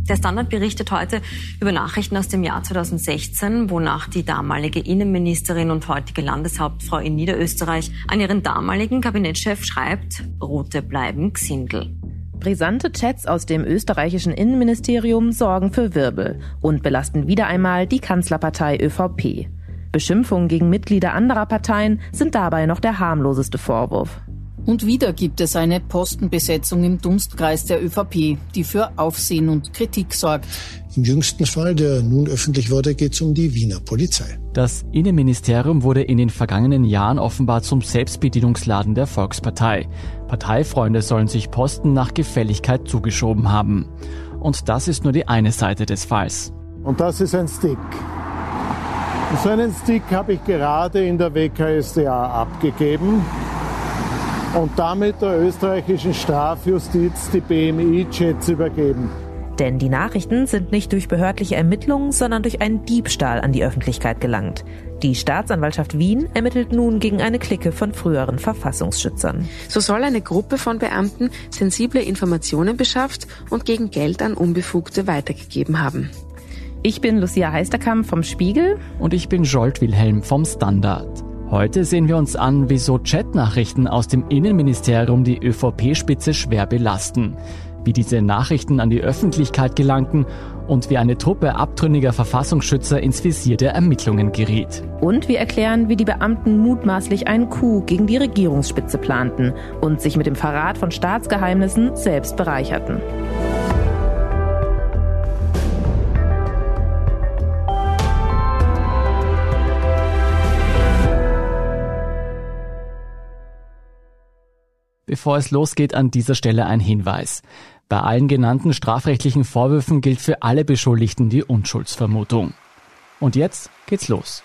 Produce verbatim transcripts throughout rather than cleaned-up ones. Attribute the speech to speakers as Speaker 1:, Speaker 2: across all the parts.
Speaker 1: Der Standard berichtet heute über Nachrichten aus dem Jahr zweitausendsechzehn, wonach die damalige Innenministerin und heutige Landeshauptfrau in Niederösterreich an ihren damaligen Kabinettschef schreibt, Rote bleiben Gsindl.
Speaker 2: Brisante Chats aus dem österreichischen Innenministerium sorgen für Wirbel und belasten wieder einmal die Kanzlerpartei ÖVP. Beschimpfungen gegen Mitglieder anderer Parteien sind dabei noch der harmloseste Vorwurf.
Speaker 3: Und wieder gibt es eine Postenbesetzung im Dunstkreis der ÖVP, die für Aufsehen und Kritik sorgt.
Speaker 4: Im jüngsten Fall, der nun öffentlich wurde, geht es um die Wiener Polizei.
Speaker 5: Das Innenministerium wurde in den vergangenen Jahren offenbar zum Selbstbedienungsladen der Volkspartei. Parteifreunde sollen sich Posten nach Gefälligkeit zugeschoben haben. Und das ist nur die eine Seite des Falls.
Speaker 6: Und das ist ein Stick. Und so einen Stick habe ich gerade in der W K S d A abgegeben und damit der österreichischen Strafjustiz die B M I-Chats übergeben.
Speaker 2: Denn die Nachrichten sind nicht durch behördliche Ermittlungen, sondern durch einen Diebstahl an die Öffentlichkeit gelangt. Die Staatsanwaltschaft Wien ermittelt nun gegen eine Clique von früheren Verfassungsschützern.
Speaker 7: So soll eine Gruppe von Beamten sensible Informationen beschafft und gegen Geld an Unbefugte weitergegeben haben.
Speaker 2: Ich bin Lucia Heisterkamp vom Spiegel.
Speaker 5: Und ich bin Jolt Wilhelm vom Standard. Heute sehen wir uns an, wieso Chatnachrichten aus dem Innenministerium die ÖVP-Spitze schwer belasten, wie diese Nachrichten an die Öffentlichkeit gelangten und wie eine Truppe abtrünniger Verfassungsschützer ins Visier der Ermittlungen geriet.
Speaker 2: Und wir erklären, wie die Beamten mutmaßlich einen Coup gegen die Regierungsspitze planten und sich mit dem Verrat von Staatsgeheimnissen selbst bereicherten.
Speaker 5: Bevor es losgeht, an dieser Stelle ein Hinweis. Bei allen genannten strafrechtlichen Vorwürfen gilt für alle Beschuldigten die Unschuldsvermutung. Und jetzt geht's los.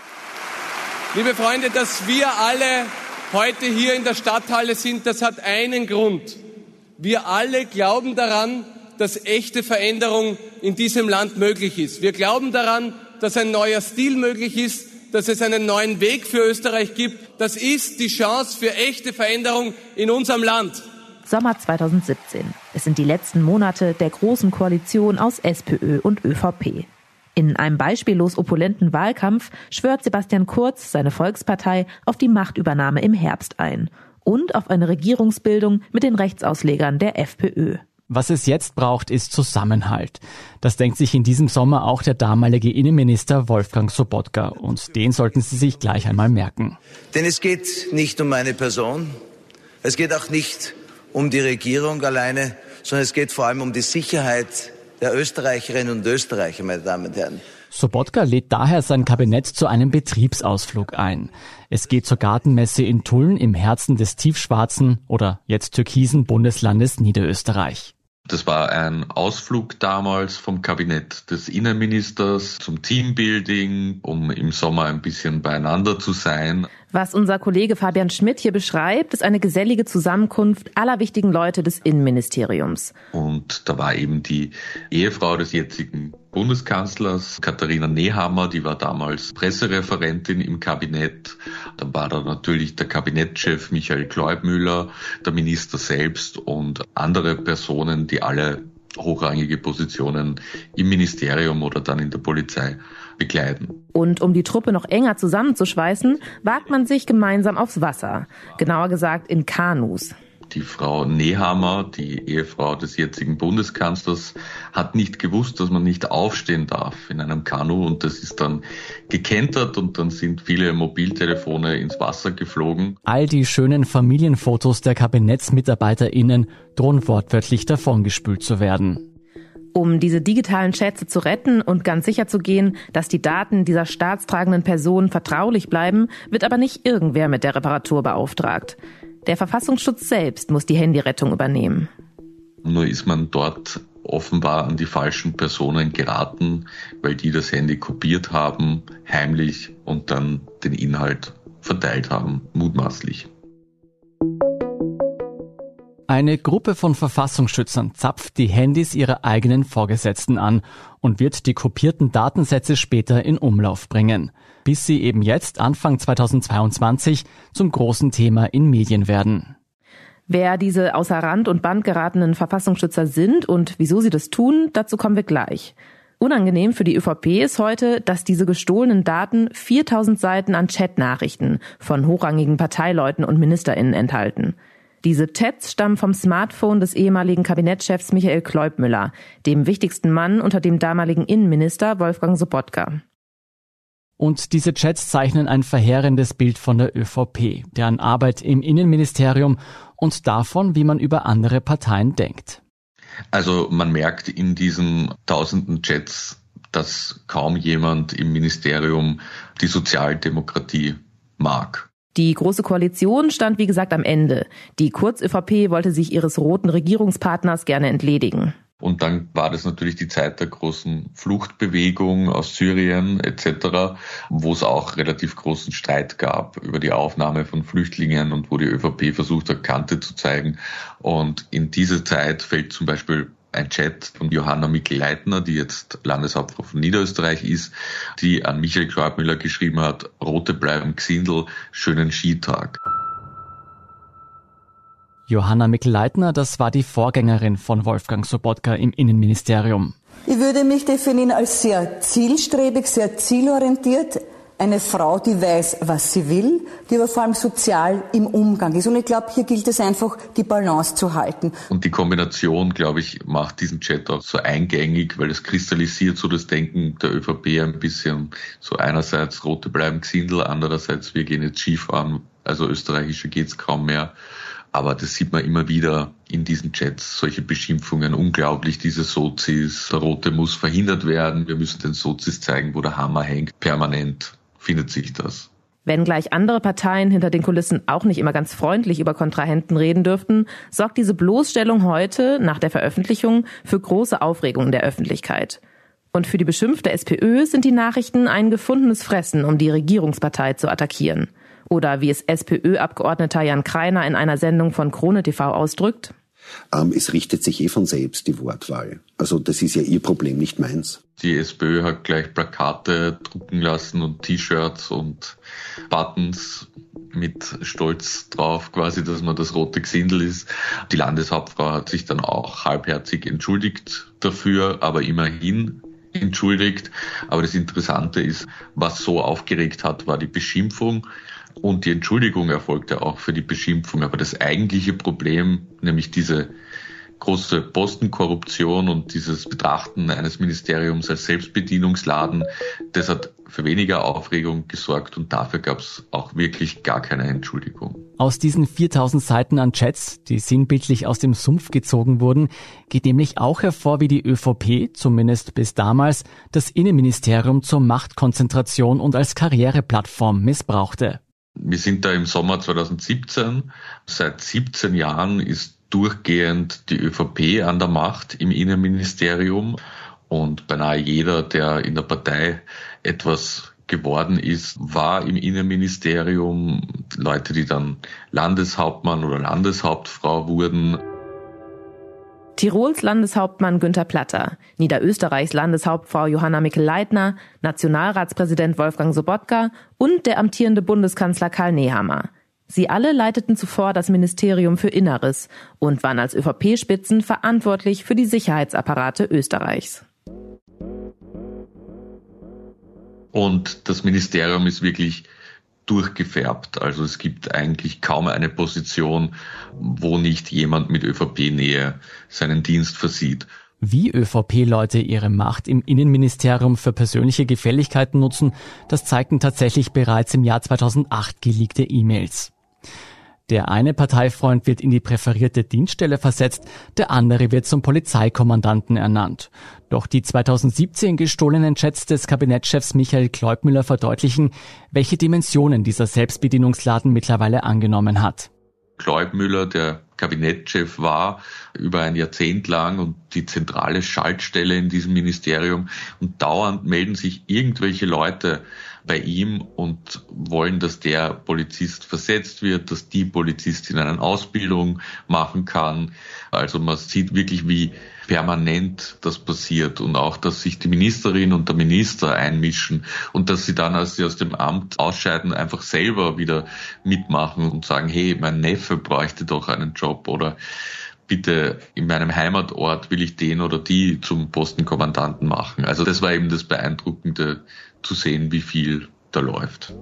Speaker 8: Liebe Freunde, dass wir alle heute hier in der Stadthalle sind, das hat einen Grund. Wir alle glauben daran, dass echte Veränderung in diesem Land möglich ist. Wir glauben daran, dass ein neuer Stil möglich ist, dass es einen neuen Weg für Österreich gibt. Das ist die Chance für echte Veränderung in unserem Land.
Speaker 2: Sommer zweitausendsiebzehn. Es sind die letzten Monate der großen Koalition aus SPÖ und ÖVP. In einem beispiellos opulenten Wahlkampf schwört Sebastian Kurz, seine Volkspartei, auf die Machtübernahme im Herbst ein und auf eine Regierungsbildung mit den Rechtsauslegern der FPÖ.
Speaker 5: Was es jetzt braucht, ist Zusammenhalt. Das denkt sich in diesem Sommer auch der damalige Innenminister Wolfgang Sobotka. Und den sollten Sie sich gleich einmal merken.
Speaker 9: Denn es geht nicht um meine Person, es geht auch nicht um die Regierung alleine, sondern es geht vor allem um die Sicherheit der Österreicherinnen und Österreicher, meine Damen und Herren.
Speaker 5: Sobotka lädt daher sein Kabinett zu einem Betriebsausflug ein. Es geht zur Gartenmesse in Tulln im Herzen des tiefschwarzen oder jetzt türkisen Bundeslandes Niederösterreich.
Speaker 10: Das war ein Ausflug damals vom Kabinett des Innenministers zum Teambuilding, um im Sommer ein bisschen beieinander zu sein.
Speaker 2: Was unser Kollege Fabian Schmidt hier beschreibt, ist eine gesellige Zusammenkunft aller wichtigen Leute des Innenministeriums.
Speaker 10: Und da war eben die Ehefrau des jetzigen Bundeskanzlers, Katharina Nehammer, die war damals Pressereferentin im Kabinett. Dann war da natürlich der Kabinettschef Michael Kleubmüller, der Minister selbst und andere Personen, die alle hochrangige Positionen im Ministerium oder dann in der Polizei begleiten.
Speaker 2: Und um die Truppe noch enger zusammenzuschweißen, wagt man sich gemeinsam aufs Wasser. Genauer gesagt in Kanus.
Speaker 10: Die Frau Nehammer, die Ehefrau des jetzigen Bundeskanzlers, hat nicht gewusst, dass man nicht aufstehen darf in einem Kanu, und das ist dann gekentert und dann sind viele Mobiltelefone ins Wasser geflogen.
Speaker 5: All die schönen Familienfotos der KabinettsmitarbeiterInnen drohen wortwörtlich davongespült zu werden.
Speaker 2: Um diese digitalen Schätze zu retten und ganz sicher zu gehen, dass die Daten dieser staatstragenden Person vertraulich bleiben, wird aber nicht irgendwer mit der Reparatur beauftragt. Der Verfassungsschutz selbst muss die Handyrettung übernehmen.
Speaker 10: Nur ist man dort offenbar an die falschen Personen geraten, weil die das Handy kopiert haben, heimlich, und dann den Inhalt verteilt haben, mutmaßlich.
Speaker 5: Eine Gruppe von Verfassungsschützern zapft die Handys ihrer eigenen Vorgesetzten an und wird die kopierten Datensätze später in Umlauf bringen, bis sie eben jetzt Anfang zweitausendzweiundzwanzig zum großen Thema in Medien werden.
Speaker 2: Wer diese außer Rand und Band geratenen Verfassungsschützer sind und wieso sie das tun, dazu kommen wir gleich. Unangenehm für die ÖVP ist heute, dass diese gestohlenen Daten viertausend Seiten an Chatnachrichten von hochrangigen Parteileuten und MinisterInnen enthalten. Diese Chats stammen vom Smartphone des ehemaligen Kabinettschefs Michael Kleubmüller, dem wichtigsten Mann unter dem damaligen Innenminister Wolfgang Sobotka.
Speaker 5: Und diese Chats zeichnen ein verheerendes Bild von der ÖVP, deren Arbeit im Innenministerium und davon, wie man über andere Parteien denkt.
Speaker 10: Also man merkt in diesen tausenden Chats, dass kaum jemand im Ministerium die Sozialdemokratie mag.
Speaker 2: Die Große Koalition stand wie gesagt am Ende. Die Kurz-ÖVP wollte sich ihres roten Regierungspartners gerne entledigen.
Speaker 10: Und dann war das natürlich die Zeit der großen Fluchtbewegung aus Syrien et cetera, wo es auch relativ großen Streit gab über die Aufnahme von Flüchtlingen und wo die ÖVP versucht hat, Kante zu zeigen. Und in diese Zeit fällt zum Beispiel ein Chat von Johanna Mikl-Leitner, die jetzt Landeshauptfrau von Niederösterreich ist, die an Michael Kleubmüller geschrieben hat: Rote bleiben Gsindl, schönen Skitag.
Speaker 5: Johanna Mikl-Leitner, das war die Vorgängerin von Wolfgang Sobotka im Innenministerium.
Speaker 11: Ich würde mich definieren als sehr zielstrebig, sehr zielorientiert. Eine Frau, die weiß, was sie will, die aber vor allem sozial im Umgang ist. Und ich glaube, hier gilt es einfach, die Balance zu halten.
Speaker 10: Und die Kombination, glaube ich, macht diesen Chat auch so eingängig, weil es kristallisiert so das Denken der ÖVP ein bisschen. So einerseits Rote bleiben Gsindl, andererseits wir gehen jetzt Skifahren, also österreichischer geht's kaum mehr. Aber das sieht man immer wieder in diesen Chats, solche Beschimpfungen, unglaublich, diese Sozis, der Rote muss verhindert werden, wir müssen den Sozis zeigen, wo der Hammer hängt, permanent findet sich das.
Speaker 2: Wenn gleich andere Parteien hinter den Kulissen auch nicht immer ganz freundlich über Kontrahenten reden dürften, sorgt diese Bloßstellung heute, nach der Veröffentlichung, für große Aufregung in der Öffentlichkeit. Und für die beschimpfte SPÖ sind die Nachrichten ein gefundenes Fressen, um die Regierungspartei zu attackieren. Oder wie es SPÖ-Abgeordneter Jan Kreiner in einer Sendung von Krone T V ausdrückt:
Speaker 12: Ähm, es richtet sich eh von selbst, die Wortwahl. Also das ist ja ihr Problem, nicht meins.
Speaker 10: Die SPÖ hat gleich Plakate drucken lassen und T-Shirts und Buttons mit Stolz drauf, quasi, dass man das rote Gsindl ist. Die Landeshauptfrau hat sich dann auch halbherzig entschuldigt dafür, aber immerhin entschuldigt. Aber das Interessante ist, was so aufgeregt hat, war die Beschimpfung. Und die Entschuldigung erfolgte auch für die Beschimpfung. Aber das eigentliche Problem, nämlich diese große Postenkorruption und dieses Betrachten eines Ministeriums als Selbstbedienungsladen, das hat für weniger Aufregung gesorgt und dafür gab es auch wirklich gar keine Entschuldigung.
Speaker 5: Aus diesen viertausend Seiten an Chats, die sinnbildlich aus dem Sumpf gezogen wurden, geht nämlich auch hervor, wie die ÖVP, zumindest bis damals, das Innenministerium zur Machtkonzentration und als Karriereplattform missbrauchte.
Speaker 10: Wir sind da im Sommer zweitausendsiebzehn. Seit siebzehn Jahren ist durchgehend die ÖVP an der Macht im Innenministerium und beinahe jeder, der in der Partei etwas geworden ist, war im Innenministerium. Leute, die dann Landeshauptmann oder Landeshauptfrau wurden.
Speaker 2: Tirols Landeshauptmann Günther Platter, Niederösterreichs Landeshauptfrau Johanna Mikl-Leitner, Nationalratspräsident Wolfgang Sobotka und der amtierende Bundeskanzler Karl Nehammer. Sie alle leiteten zuvor das Ministerium für Inneres und waren als ÖVP-Spitzen verantwortlich für die Sicherheitsapparate Österreichs.
Speaker 10: Und das Ministerium ist wirklich durchgefärbt. Also es gibt eigentlich kaum eine Position, wo nicht jemand mit ÖVP-Nähe seinen Dienst versieht.
Speaker 5: Wie ÖVP-Leute ihre Macht im Innenministerium für persönliche Gefälligkeiten nutzen, das zeigten tatsächlich bereits im Jahr zweitausendacht geleakte E-Mails. Der eine Parteifreund wird in die präferierte Dienststelle versetzt, der andere wird zum Polizeikommandanten ernannt. Doch die zweitausendsiebzehn gestohlenen Chats des Kabinettschefs Michael Kleubmüller verdeutlichen, welche Dimensionen dieser Selbstbedienungsladen mittlerweile angenommen hat.
Speaker 10: Kleubmüller, der Kabinettschef war, über ein Jahrzehnt lang und die zentrale Schaltstelle in diesem Ministerium. Und dauernd melden sich irgendwelche Leute bei ihm und wollen, dass der Polizist versetzt wird, dass die Polizistin eine Ausbildung machen kann. Also man sieht wirklich, wie permanent das passiert und auch, dass sich die Ministerin und der Minister einmischen und dass sie dann, als sie aus dem Amt ausscheiden, einfach selber wieder mitmachen und sagen, hey, mein Neffe bräuchte doch einen Job oder bitte in meinem Heimatort will ich den oder die zum Postenkommandanten machen. Also das war eben das Beeindruckende, zu sehen, wie viel da läuft.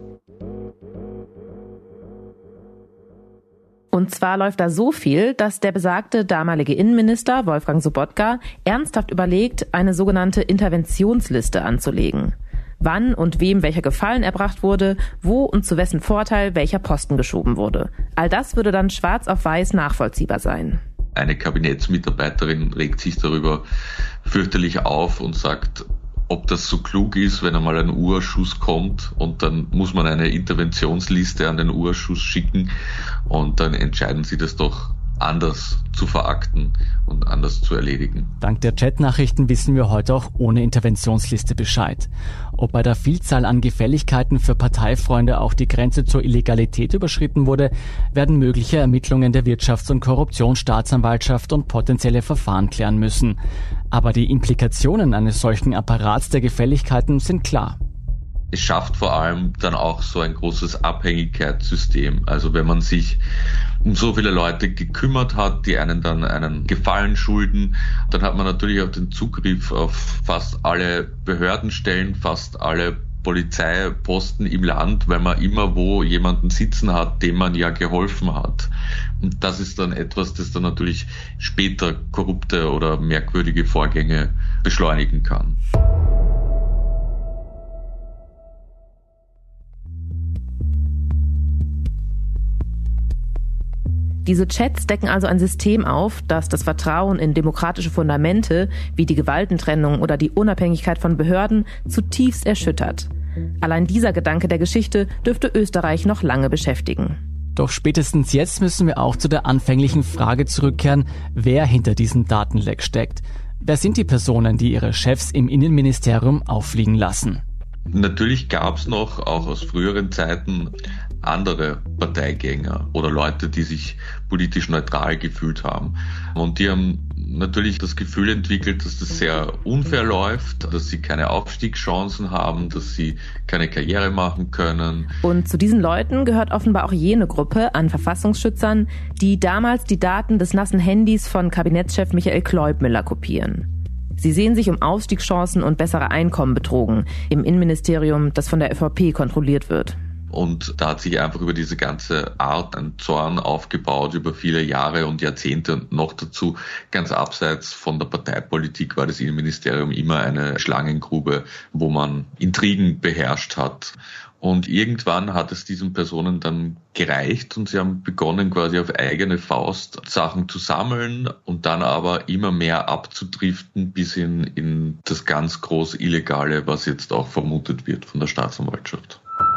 Speaker 2: Und zwar läuft da so viel, dass der besagte damalige Innenminister Wolfgang Sobotka ernsthaft überlegt, eine sogenannte Interventionsliste anzulegen. Wann und wem welcher Gefallen erbracht wurde, wo und zu wessen Vorteil welcher Posten geschoben wurde. All das würde dann schwarz auf weiß nachvollziehbar sein.
Speaker 10: Eine Kabinettsmitarbeiterin regt sich darüber fürchterlich auf und sagt, ob das so klug ist, wenn einmal ein U-Ausschuss kommt und dann muss man eine Interventionsliste an den U-Ausschuss schicken und dann entscheiden sie das doch anders zu verakten und anders zu erledigen.
Speaker 5: Dank der Chatnachrichten wissen wir heute auch ohne Interventionsliste Bescheid. Ob bei der Vielzahl an Gefälligkeiten für Parteifreunde auch die Grenze zur Illegalität überschritten wurde, werden mögliche Ermittlungen der Wirtschafts- und Korruptionsstaatsanwaltschaft und potenzielle Verfahren klären müssen. Aber die Implikationen eines solchen Apparats der Gefälligkeiten sind klar.
Speaker 10: Es schafft vor allem dann auch so ein großes Abhängigkeitssystem. Also wenn man sich um so viele Leute gekümmert hat, die einen dann einen Gefallen schulden, dann hat man natürlich auch den Zugriff auf fast alle Behördenstellen, fast alle Polizeiposten im Land, weil man immer wo jemanden sitzen hat, dem man ja geholfen hat. Und das ist dann etwas, das dann natürlich später korrupte oder merkwürdige Vorgänge beschleunigen kann.
Speaker 2: Diese Chats decken also ein System auf, das das Vertrauen in demokratische Fundamente wie die Gewaltentrennung oder die Unabhängigkeit von Behörden zutiefst erschüttert. Allein dieser Gedanke der Geschichte dürfte Österreich noch lange beschäftigen.
Speaker 5: Doch spätestens jetzt müssen wir auch zu der anfänglichen Frage zurückkehren, wer hinter diesem Datenleck steckt. Wer sind die Personen, die ihre Chefs im Innenministerium auffliegen lassen?
Speaker 10: Natürlich gab es noch, auch aus früheren Zeiten, andere Parteigänger oder Leute, die sich politisch neutral gefühlt haben. Und die haben natürlich das Gefühl entwickelt, dass das sehr unfair läuft, dass sie keine Aufstiegschancen haben, dass sie keine Karriere machen können.
Speaker 2: Und zu diesen Leuten gehört offenbar auch jene Gruppe an Verfassungsschützern, die damals die Daten des nassen Handys von Kabinettschef Michael Kleubmüller kopieren. Sie sehen sich um Aufstiegschancen und bessere Einkommen betrogen im Innenministerium, das von der ÖVP kontrolliert wird.
Speaker 10: Und da hat sich einfach über diese ganze Art ein Zorn aufgebaut über viele Jahre und Jahrzehnte und noch dazu ganz abseits von der Parteipolitik war das Innenministerium immer eine Schlangengrube, wo man Intrigen beherrscht hat. Und irgendwann hat es diesen Personen dann gereicht und sie haben begonnen, quasi auf eigene Faust Sachen zu sammeln und dann aber immer mehr abzudriften bis in, in das ganz groß Illegale, was jetzt auch vermutet wird von der Staatsanwaltschaft.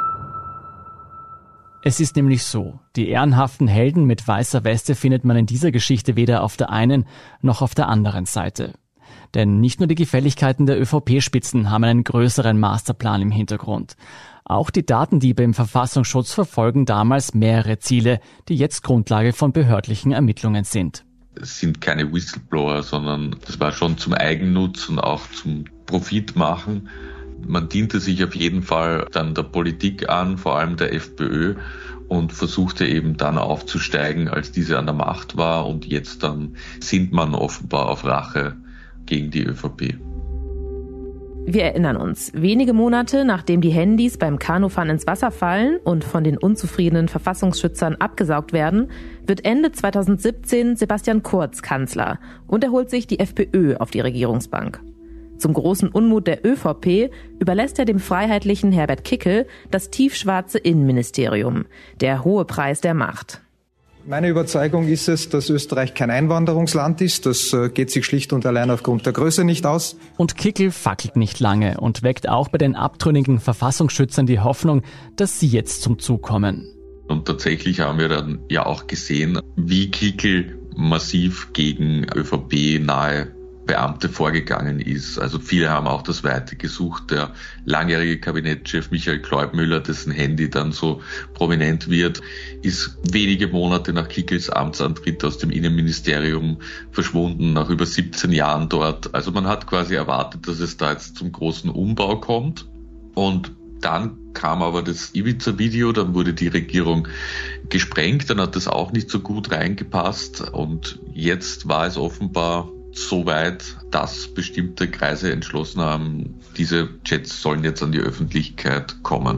Speaker 5: Es ist nämlich so, die ehrenhaften Helden mit weißer Weste findet man in dieser Geschichte weder auf der einen noch auf der anderen Seite. Denn nicht nur die Gefälligkeiten der ÖVP-Spitzen haben einen größeren Masterplan im Hintergrund. Auch die Datendiebe im Verfassungsschutz verfolgen damals mehrere Ziele, die jetzt Grundlage von behördlichen Ermittlungen sind.
Speaker 10: Es sind keine Whistleblower, sondern das war schon zum Eigennutz und auch zum Profitmachen. Man diente sich auf jeden Fall dann der Politik an, vor allem der FPÖ, und versuchte eben dann aufzusteigen, als diese an der Macht war. Und jetzt dann sinnt man offenbar auf Rache gegen die ÖVP.
Speaker 2: Wir erinnern uns, wenige Monate nachdem die Handys beim Kanufahren ins Wasser fallen und von den unzufriedenen Verfassungsschützern abgesaugt werden, wird Ende zweitausendsiebzehn Sebastian Kurz Kanzler und er holt sich die FPÖ auf die Regierungsbank. Zum großen Unmut der ÖVP überlässt er dem freiheitlichen Herbert Kickl das tiefschwarze Innenministerium, der hohe Preis der Macht.
Speaker 13: Meine Überzeugung ist es, dass Österreich kein Einwanderungsland ist. Das geht sich schlicht und allein aufgrund der Größe nicht aus.
Speaker 5: Und Kickl fackelt nicht lange und weckt auch bei den abtrünnigen Verfassungsschützern die Hoffnung, dass sie jetzt zum Zug kommen.
Speaker 10: Und tatsächlich haben wir dann ja auch gesehen, wie Kickl massiv gegen ÖVP-nahe Beamte vorgegangen ist. Also viele haben auch das Weite gesucht. Der langjährige Kabinettschef Michael Kleubmüller, dessen Handy dann so prominent wird, ist wenige Monate nach Kickels Amtsantritt aus dem Innenministerium verschwunden, nach über siebzehn Jahren dort. Also man hat quasi erwartet, dass es da jetzt zum großen Umbau kommt. Und dann kam aber das Ibiza-Video, dann wurde die Regierung gesprengt, dann hat das auch nicht so gut reingepasst. Und jetzt war es offenbar so weit, dass bestimmte Kreise entschlossen haben, diese Chats sollen jetzt an die Öffentlichkeit kommen.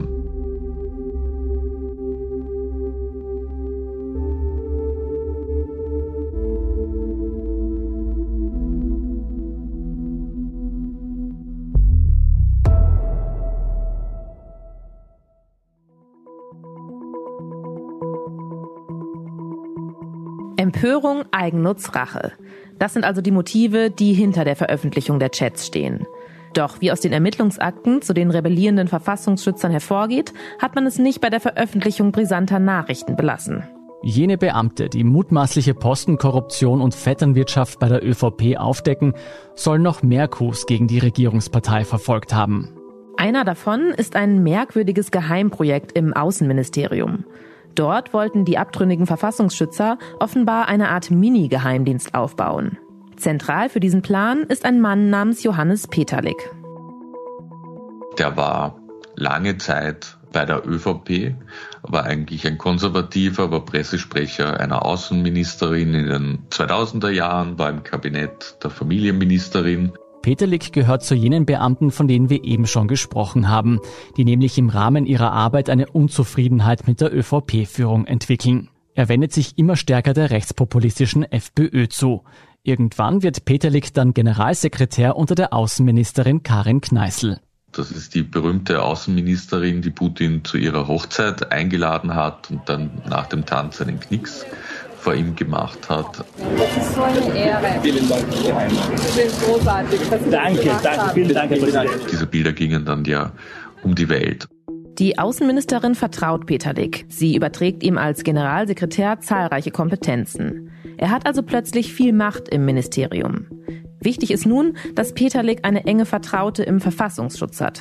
Speaker 2: Empörung, Eigennutz, Rache. Das sind also die Motive, die hinter der Veröffentlichung der Chats stehen. Doch wie aus den Ermittlungsakten zu den rebellierenden Verfassungsschützern hervorgeht, hat man es nicht bei der Veröffentlichung brisanter Nachrichten belassen.
Speaker 5: Jene Beamte, die mutmaßliche Postenkorruption und Vetternwirtschaft bei der ÖVP aufdecken, sollen noch mehr Coups gegen die Regierungspartei verfolgt haben.
Speaker 2: Einer davon ist ein merkwürdiges Geheimprojekt im Außenministerium. Dort wollten die abtrünnigen Verfassungsschützer offenbar eine Art Mini-Geheimdienst aufbauen. Zentral für diesen Plan ist ein Mann namens Johannes Peterlik.
Speaker 10: Der war lange Zeit bei der ÖVP, war eigentlich ein Konservativer, war Pressesprecher einer Außenministerin in den zweitausender Jahren, war im Kabinett der Familienministerin.
Speaker 5: Peterlik gehört zu jenen Beamten, von denen wir eben schon gesprochen haben, die nämlich im Rahmen ihrer Arbeit eine Unzufriedenheit mit der ÖVP-Führung entwickeln. Er wendet sich immer stärker der rechtspopulistischen FPÖ zu. Irgendwann wird Peterlik dann Generalsekretär unter der Außenministerin Karin Kneißl.
Speaker 10: Das ist die berühmte Außenministerin, die Putin zu ihrer Hochzeit eingeladen hat und dann nach dem Tanz einen Knicks vor ihm gemacht hat.
Speaker 14: Das ist so eine Ehre. Vielen Dank, Herr Heimann. Sie sind großartig.
Speaker 15: Danke, danke, vielen Dank, Herr Präsident.
Speaker 10: Diese Bilder gingen dann ja um die Welt.
Speaker 2: Die Außenministerin vertraut Peterlik. Sie überträgt ihm als Generalsekretär zahlreiche Kompetenzen. Er hat also plötzlich viel Macht im Ministerium. Wichtig ist nun, dass Peterlik eine enge Vertraute im Verfassungsschutz hat.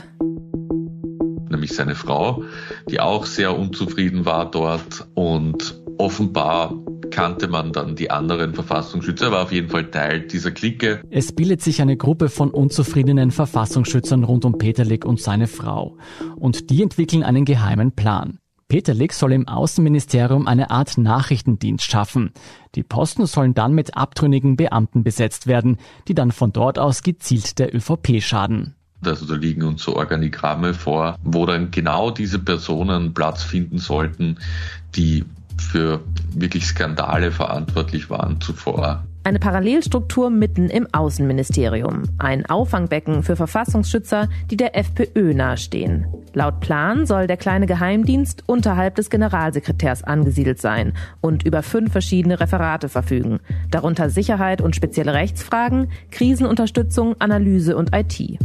Speaker 10: Nämlich seine Frau, die auch sehr unzufrieden war dort, und offenbar kannte man dann die anderen Verfassungsschützer, war auf jeden Fall Teil dieser Clique.
Speaker 5: Es bildet sich eine Gruppe von unzufriedenen Verfassungsschützern rund um Peterlik und seine Frau. Und die entwickeln einen geheimen Plan. Peterlik soll im Außenministerium eine Art Nachrichtendienst schaffen. Die Posten sollen dann mit abtrünnigen Beamten besetzt werden, die dann von dort aus gezielt der ÖVP schaden.
Speaker 10: Also da liegen uns so Organigramme vor, wo dann genau diese Personen Platz finden sollten, die für wirklich Skandale verantwortlich waren zuvor.
Speaker 2: Eine Parallelstruktur mitten im Außenministerium. Ein Auffangbecken für Verfassungsschützer, die der FPÖ nahestehen. Laut Plan soll der kleine Geheimdienst unterhalb des Generalsekretärs angesiedelt sein und über fünf verschiedene Referate verfügen. Darunter Sicherheit und spezielle Rechtsfragen, Krisenunterstützung, Analyse und I T.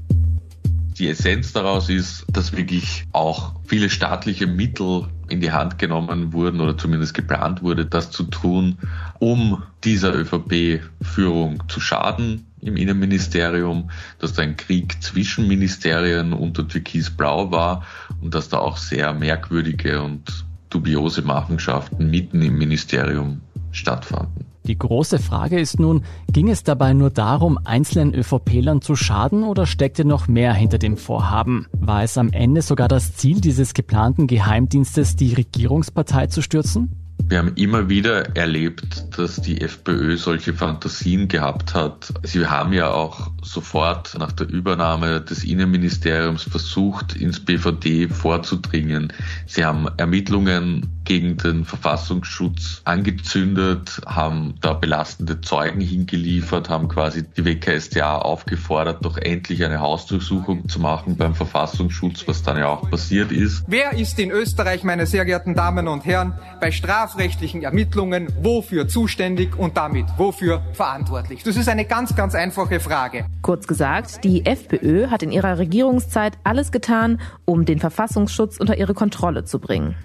Speaker 10: Die Essenz daraus ist, dass wirklich auch viele staatliche Mittel in die Hand genommen wurden oder zumindest geplant wurde, das zu tun, um dieser ÖVP-Führung zu schaden im Innenministerium, dass da ein Krieg zwischen Ministerien unter Türkis-Blau war und dass da auch sehr merkwürdige und dubiose Machenschaften mitten im Ministerium stattfanden.
Speaker 5: Die große Frage ist nun, ging es dabei nur darum, einzelnen ÖVP-Lern zu schaden oder steckte noch mehr hinter dem Vorhaben? War es am Ende sogar das Ziel dieses geplanten Geheimdienstes, die Regierungspartei zu stürzen?
Speaker 10: Wir haben immer wieder erlebt, dass die FPÖ solche Fantasien gehabt hat. Sie haben ja auch sofort nach der Übernahme des Innenministeriums versucht, ins B V D vorzudringen. Sie haben Ermittlungen gegen den Verfassungsschutz angezündet, haben da belastende Zeugen hingeliefert, haben quasi die W K S t A aufgefordert, doch endlich eine Hausdurchsuchung zu machen beim Verfassungsschutz, was dann ja auch passiert ist.
Speaker 13: Wer ist in Österreich, meine sehr geehrten Damen und Herren, bei strafrechtlichen Ermittlungen wofür zuständig und damit wofür verantwortlich? Das ist eine ganz, ganz einfache Frage.
Speaker 2: Kurz gesagt, die FPÖ hat in ihrer Regierungszeit alles getan, um den Verfassungsschutz unter ihre Kontrolle zu bringen.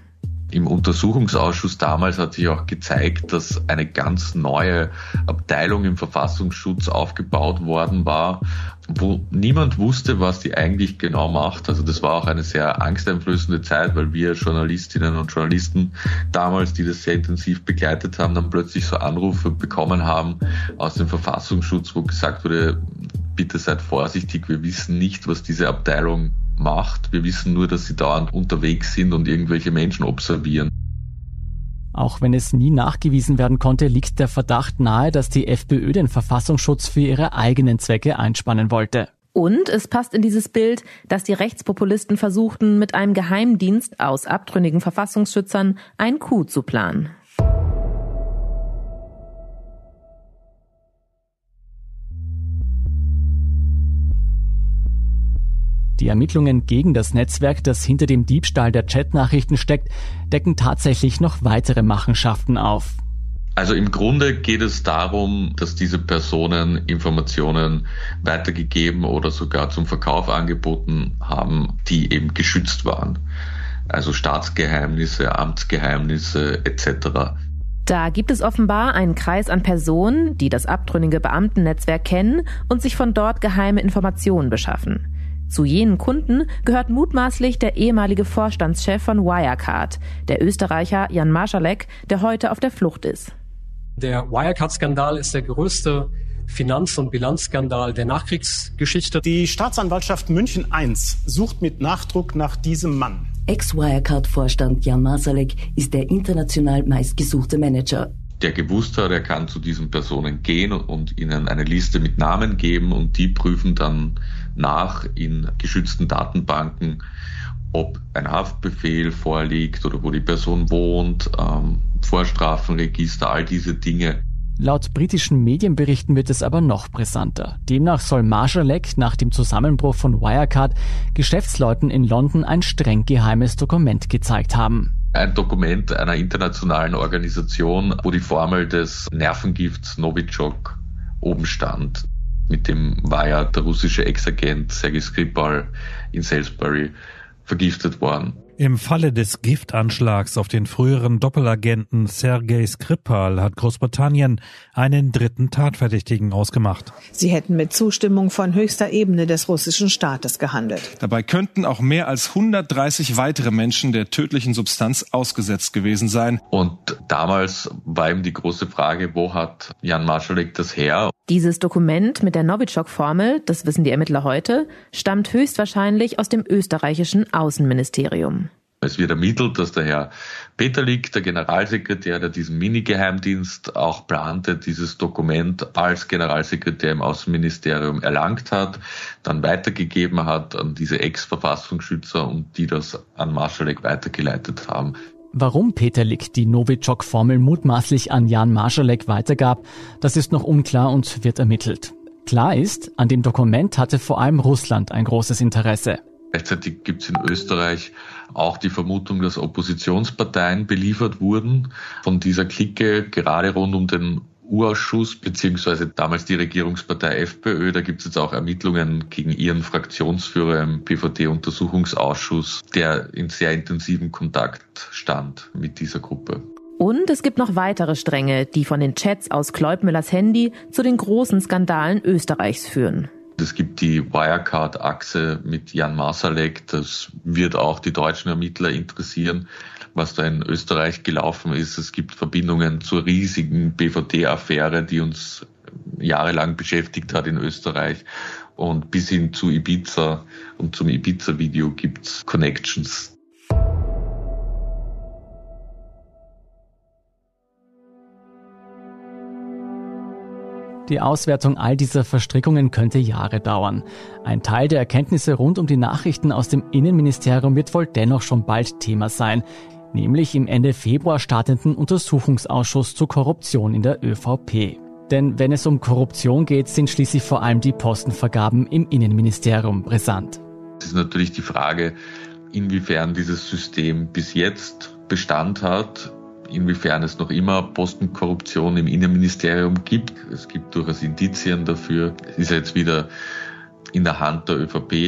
Speaker 10: Im Untersuchungsausschuss damals hat sich auch gezeigt, dass eine ganz neue Abteilung im Verfassungsschutz aufgebaut worden war, wo niemand wusste, was die eigentlich genau macht. Also das war auch eine sehr angsteinflößende Zeit, weil wir Journalistinnen und Journalisten damals, die das sehr intensiv begleitet haben, dann plötzlich so Anrufe bekommen haben aus dem Verfassungsschutz, wo gesagt wurde, bitte seid vorsichtig, wir wissen nicht, was diese Abteilung macht. Wir wissen nur, dass sie dauernd unterwegs sind und irgendwelche Menschen observieren.
Speaker 5: Auch wenn es nie nachgewiesen werden konnte, liegt der Verdacht nahe, dass die FPÖ den Verfassungsschutz für ihre eigenen Zwecke einspannen wollte.
Speaker 2: Und es passt in dieses Bild, dass die Rechtspopulisten versuchten, mit einem Geheimdienst aus abtrünnigen Verfassungsschützern ein Coup zu planen.
Speaker 5: Die Ermittlungen gegen das Netzwerk, das hinter dem Diebstahl der Chatnachrichten steckt, decken tatsächlich noch weitere Machenschaften auf.
Speaker 10: Also im Grunde geht es darum, dass diese Personen Informationen weitergegeben oder sogar zum Verkauf angeboten haben, die eben geschützt waren. Also Staatsgeheimnisse, Amtsgeheimnisse et cetera.
Speaker 2: Da gibt es offenbar einen Kreis an Personen, die das abtrünnige Beamtennetzwerk kennen und sich von dort geheime Informationen beschaffen. Zu jenen Kunden gehört mutmaßlich der ehemalige Vorstandschef von Wirecard, der Österreicher Jan Marschalek, der heute auf der Flucht ist.
Speaker 16: Der Wirecard-Skandal ist der größte Finanz- und Bilanzskandal der Nachkriegsgeschichte.
Speaker 17: Die Staatsanwaltschaft München eins sucht mit Nachdruck nach diesem Mann.
Speaker 18: Ex-Wirecard-Vorstand Jan Marschalek ist der international meistgesuchte Manager.
Speaker 10: Der gewusst hat, er kann zu diesen Personen gehen und ihnen eine Liste mit Namen geben und die prüfen dann nach in geschützten Datenbanken, ob ein Haftbefehl vorliegt oder wo die Person wohnt, ähm, Vorstrafenregister, all diese Dinge.
Speaker 5: Laut britischen Medienberichten wird es aber noch brisanter. Demnach soll Marschalek nach dem Zusammenbruch von Wirecard Geschäftsleuten in London ein streng geheimes Dokument gezeigt haben.
Speaker 10: Ein Dokument einer internationalen Organisation, wo die Formel des Nervengifts Novichok oben stand. Mit dem war ja der russische Ex-Agent Sergei Skripal in Salisbury vergiftet worden.
Speaker 19: Im Falle des Giftanschlags auf den früheren Doppelagenten Sergei Skripal hat Großbritannien einen dritten Tatverdächtigen ausgemacht.
Speaker 20: Sie hätten mit Zustimmung von höchster Ebene des russischen Staates gehandelt.
Speaker 21: Dabei könnten auch mehr als hundertdreißig weitere Menschen der tödlichen Substanz ausgesetzt gewesen sein.
Speaker 10: Und damals war eben die große Frage, wo hat Jan Marschalek das her?
Speaker 2: Dieses Dokument mit der Novichok-Formel, das wissen die Ermittler heute, stammt höchstwahrscheinlich aus dem österreichischen Außenministerium.
Speaker 10: Es wird ermittelt, dass der Herr Peterlik, der Generalsekretär, der diesen Mini-Geheimdienst auch plante, dieses Dokument als Generalsekretär im Außenministerium erlangt hat, dann weitergegeben hat an diese Ex-Verfassungsschützer und die das an Marschalek weitergeleitet haben.
Speaker 5: Warum Peterlik die Novichok-Formel mutmaßlich an Jan Marschalek weitergab, das ist noch unklar und wird ermittelt. Klar ist, an dem Dokument hatte vor allem Russland ein großes Interesse.
Speaker 10: Gleichzeitig gibt es in Österreich auch die Vermutung, dass Oppositionsparteien beliefert wurden von dieser Clique, gerade rund um den U-Ausschuss, beziehungsweise damals die Regierungspartei FPÖ. Da gibt es jetzt auch Ermittlungen gegen ihren Fraktionsführer im P V D-Untersuchungsausschuss, der in sehr intensiven Kontakt stand mit dieser Gruppe.
Speaker 2: Und es gibt noch weitere Stränge, die von den Chats aus Kleubmüllers Handy zu den großen Skandalen Österreichs führen.
Speaker 10: Es gibt die Wirecard-Achse mit Jan Marschalek. Das wird auch die deutschen Ermittler interessieren, was da in Österreich gelaufen ist. Es gibt Verbindungen zur riesigen B V D-Affäre, die uns jahrelang beschäftigt hat in Österreich. Und bis hin zu Ibiza und zum Ibiza-Video gibt's Connections.
Speaker 5: Die Auswertung all dieser Verstrickungen könnte Jahre dauern. Ein Teil der Erkenntnisse rund um die Nachrichten aus dem Innenministerium wird wohl dennoch schon bald Thema sein, nämlich im Ende Februar startenden Untersuchungsausschuss zur Korruption in der ÖVP. Denn wenn es um Korruption geht, sind schließlich vor allem die Postenvergaben im Innenministerium brisant.
Speaker 10: Es ist natürlich die Frage, inwiefern dieses System bis jetzt Bestand hat, inwiefern es noch immer Postenkorruption im Innenministerium gibt. Es gibt durchaus Indizien dafür. Es ist jetzt wieder in der Hand der ÖVP,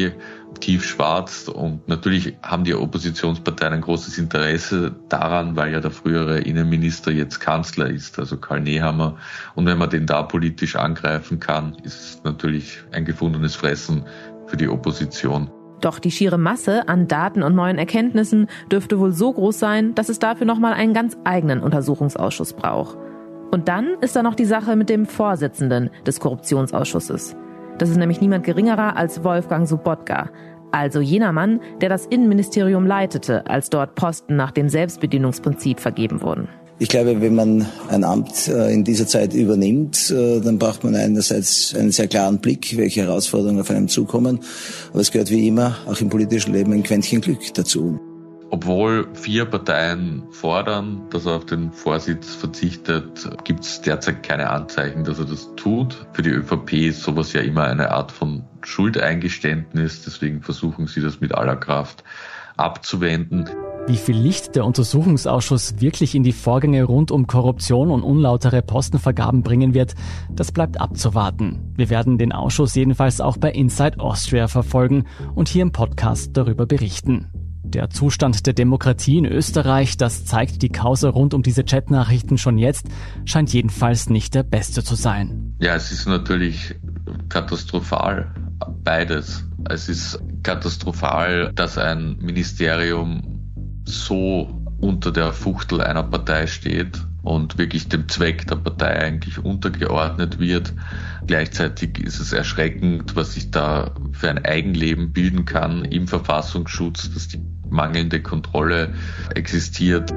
Speaker 10: tiefschwarz. Und natürlich haben die Oppositionsparteien ein großes Interesse daran, weil ja der frühere Innenminister jetzt Kanzler ist, also Karl Nehammer. Und wenn man den da politisch angreifen kann, ist es natürlich ein gefundenes Fressen für die Opposition.
Speaker 2: Doch die schiere Masse an Daten und neuen Erkenntnissen dürfte wohl so groß sein, dass es dafür nochmal einen ganz eigenen Untersuchungsausschuss braucht. Und dann ist da noch die Sache mit dem Vorsitzenden des Korruptionsausschusses. Das ist nämlich niemand geringerer als Wolfgang Sobotka, also jener Mann, der das Innenministerium leitete, als dort Posten nach dem Selbstbedienungsprinzip vergeben wurden.
Speaker 1: Ich glaube, wenn man ein Amt in dieser Zeit übernimmt, dann braucht man einerseits einen sehr klaren Blick, welche Herausforderungen auf einem zukommen. Aber es gehört wie immer auch im politischen Leben ein Quäntchen Glück dazu.
Speaker 10: Obwohl vier Parteien fordern, dass er auf den Vorsitz verzichtet, gibt es derzeit keine Anzeichen, dass er das tut. Für die ÖVP ist sowas ja immer eine Art von Schuldeingeständnis. Deswegen versuchen sie das mit aller Kraft abzuwenden.
Speaker 5: Wie viel Licht der Untersuchungsausschuss wirklich in die Vorgänge rund um Korruption und unlautere Postenvergaben bringen wird, das bleibt abzuwarten. Wir werden den Ausschuss jedenfalls auch bei Inside Austria verfolgen und hier im Podcast darüber berichten. Der Zustand der Demokratie in Österreich, das zeigt die Causa rund um diese Chatnachrichten schon jetzt, scheint jedenfalls nicht der beste zu sein.
Speaker 10: Ja, es ist natürlich katastrophal, beides. Es ist katastrophal, dass ein Ministerium so unter der Fuchtel einer Partei steht und wirklich dem Zweck der Partei eigentlich untergeordnet wird. Gleichzeitig ist es erschreckend, was sich da für ein Eigenleben bilden kann im Verfassungsschutz, dass die mangelnde Kontrolle existiert.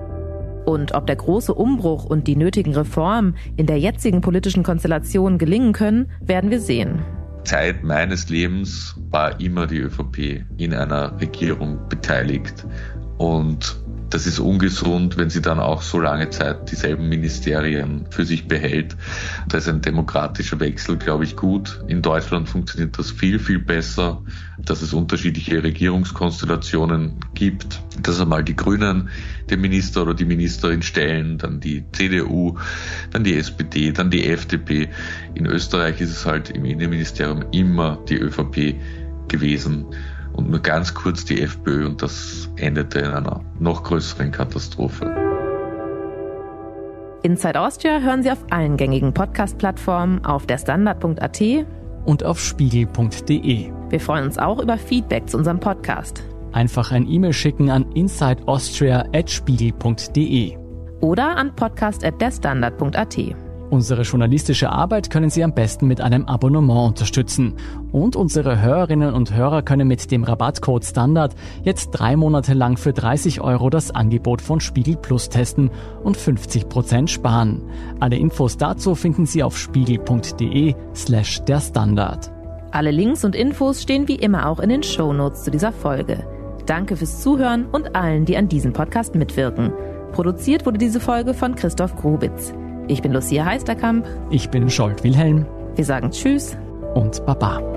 Speaker 2: Und ob der große Umbruch und die nötigen Reformen in der jetzigen politischen Konstellation gelingen können, werden wir sehen.
Speaker 10: Zeit meines Lebens war immer die ÖVP in einer Regierung beteiligt. Und das ist ungesund, wenn sie dann auch so lange Zeit dieselben Ministerien für sich behält. Da ist ein demokratischer Wechsel, glaube ich, gut. In Deutschland funktioniert das viel, viel besser, dass es unterschiedliche Regierungskonstellationen gibt. Dass einmal die Grünen den Minister oder die Ministerin stellen, dann die C D U, dann die S P D, dann die F D P. In Österreich ist es halt im Innenministerium immer die ÖVP gewesen. Und nur ganz kurz die FPÖ und das endete in einer noch größeren Katastrophe.
Speaker 2: Inside Austria hören Sie auf allen gängigen Podcast-Plattformen, auf der Standard punkt a t
Speaker 5: und auf spiegel punkt d e.
Speaker 2: Wir freuen uns auch über Feedback zu unserem Podcast.
Speaker 5: Einfach ein E-Mail schicken an insideaustria at spiegel punkt d e
Speaker 2: oder an podcast at der standard punkt a t.
Speaker 5: Unsere journalistische Arbeit können Sie am besten mit einem Abonnement unterstützen. Und unsere Hörerinnen und Hörer können mit dem Rabattcode STANDARD jetzt drei Monate lang für dreißig Euro das Angebot von Spiegel Plus testen und fünfzig Prozent sparen. Alle Infos dazu finden Sie auf spiegel punkt d e slash der Standard.
Speaker 2: Alle Links und Infos stehen wie immer auch in den Shownotes zu dieser Folge. Danke fürs Zuhören und allen, die an diesem Podcast mitwirken. Produziert wurde diese Folge von Christoph Grubitz. Ich bin Lucia Heisterkamp.
Speaker 5: Ich bin Scholt Wilhelm.
Speaker 2: Wir sagen Tschüss
Speaker 5: und Baba.